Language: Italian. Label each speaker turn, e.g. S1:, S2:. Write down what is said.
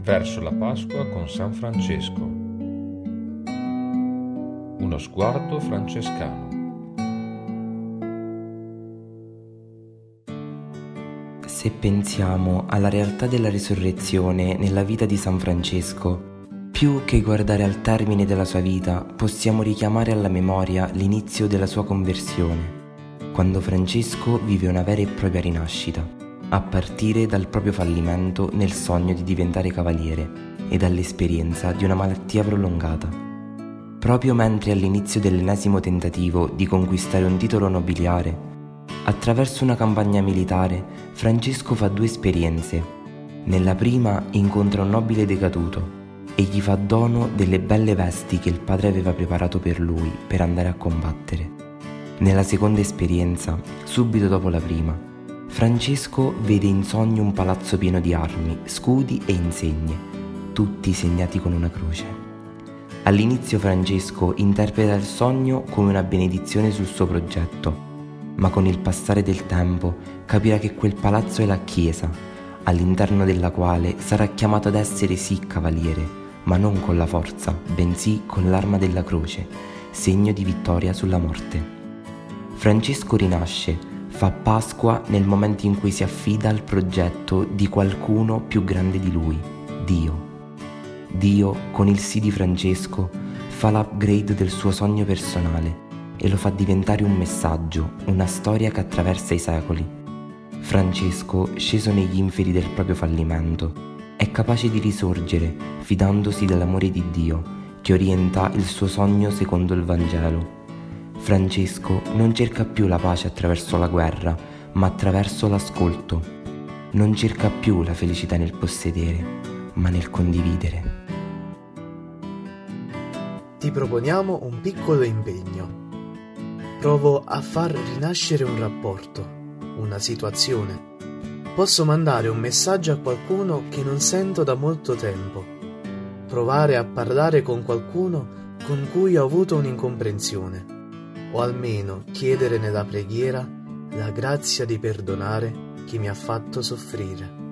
S1: Verso la Pasqua con San Francesco. Uno sguardo francescano.
S2: Se pensiamo alla realtà della risurrezione nella vita di San Francesco, più che guardare al termine della sua vita, possiamo richiamare alla memoria l'inizio della sua conversione, quando Francesco vive una vera e propria rinascita, a partire dal proprio fallimento nel sogno di diventare cavaliere e dall'esperienza di una malattia prolungata. Proprio mentre all'inizio dell'ennesimo tentativo di conquistare un titolo nobiliare, attraverso una campagna militare, Francesco fa due esperienze. Nella prima incontra un nobile decaduto e gli fa dono delle belle vesti che il padre aveva preparato per lui per andare a combattere. Nella seconda esperienza, subito dopo la prima, Francesco vede in sogno un palazzo pieno di armi, scudi e insegne, tutti segnati con una croce. All'inizio Francesco interpreta il sogno come una benedizione sul suo progetto, ma con il passare del tempo capirà che quel palazzo è la Chiesa, all'interno della quale sarà chiamato ad essere sì cavaliere, ma non con la forza, bensì con l'arma della croce, segno di vittoria sulla morte. Francesco rinasce, fa Pasqua nel momento in cui si affida al progetto di qualcuno più grande di lui, Dio. Dio, con il sì di Francesco, fa l'upgrade del suo sogno personale e lo fa diventare un messaggio, una storia che attraversa i secoli. Francesco, sceso negli inferi del proprio fallimento, è capace di risorgere fidandosi dell'amore di Dio, che orienta il suo sogno secondo il Vangelo. Francesco non cerca più la pace attraverso la guerra, ma attraverso l'ascolto. Non cerca più la felicità nel possedere, ma nel condividere.
S3: Ti proponiamo un piccolo impegno. Provo a far rinascere un rapporto, una situazione. Posso mandare un messaggio a qualcuno che non sento da molto tempo. Provare a parlare con qualcuno con cui ho avuto un'incomprensione. O almeno chiedere nella preghiera la grazia di perdonare chi mi ha fatto soffrire.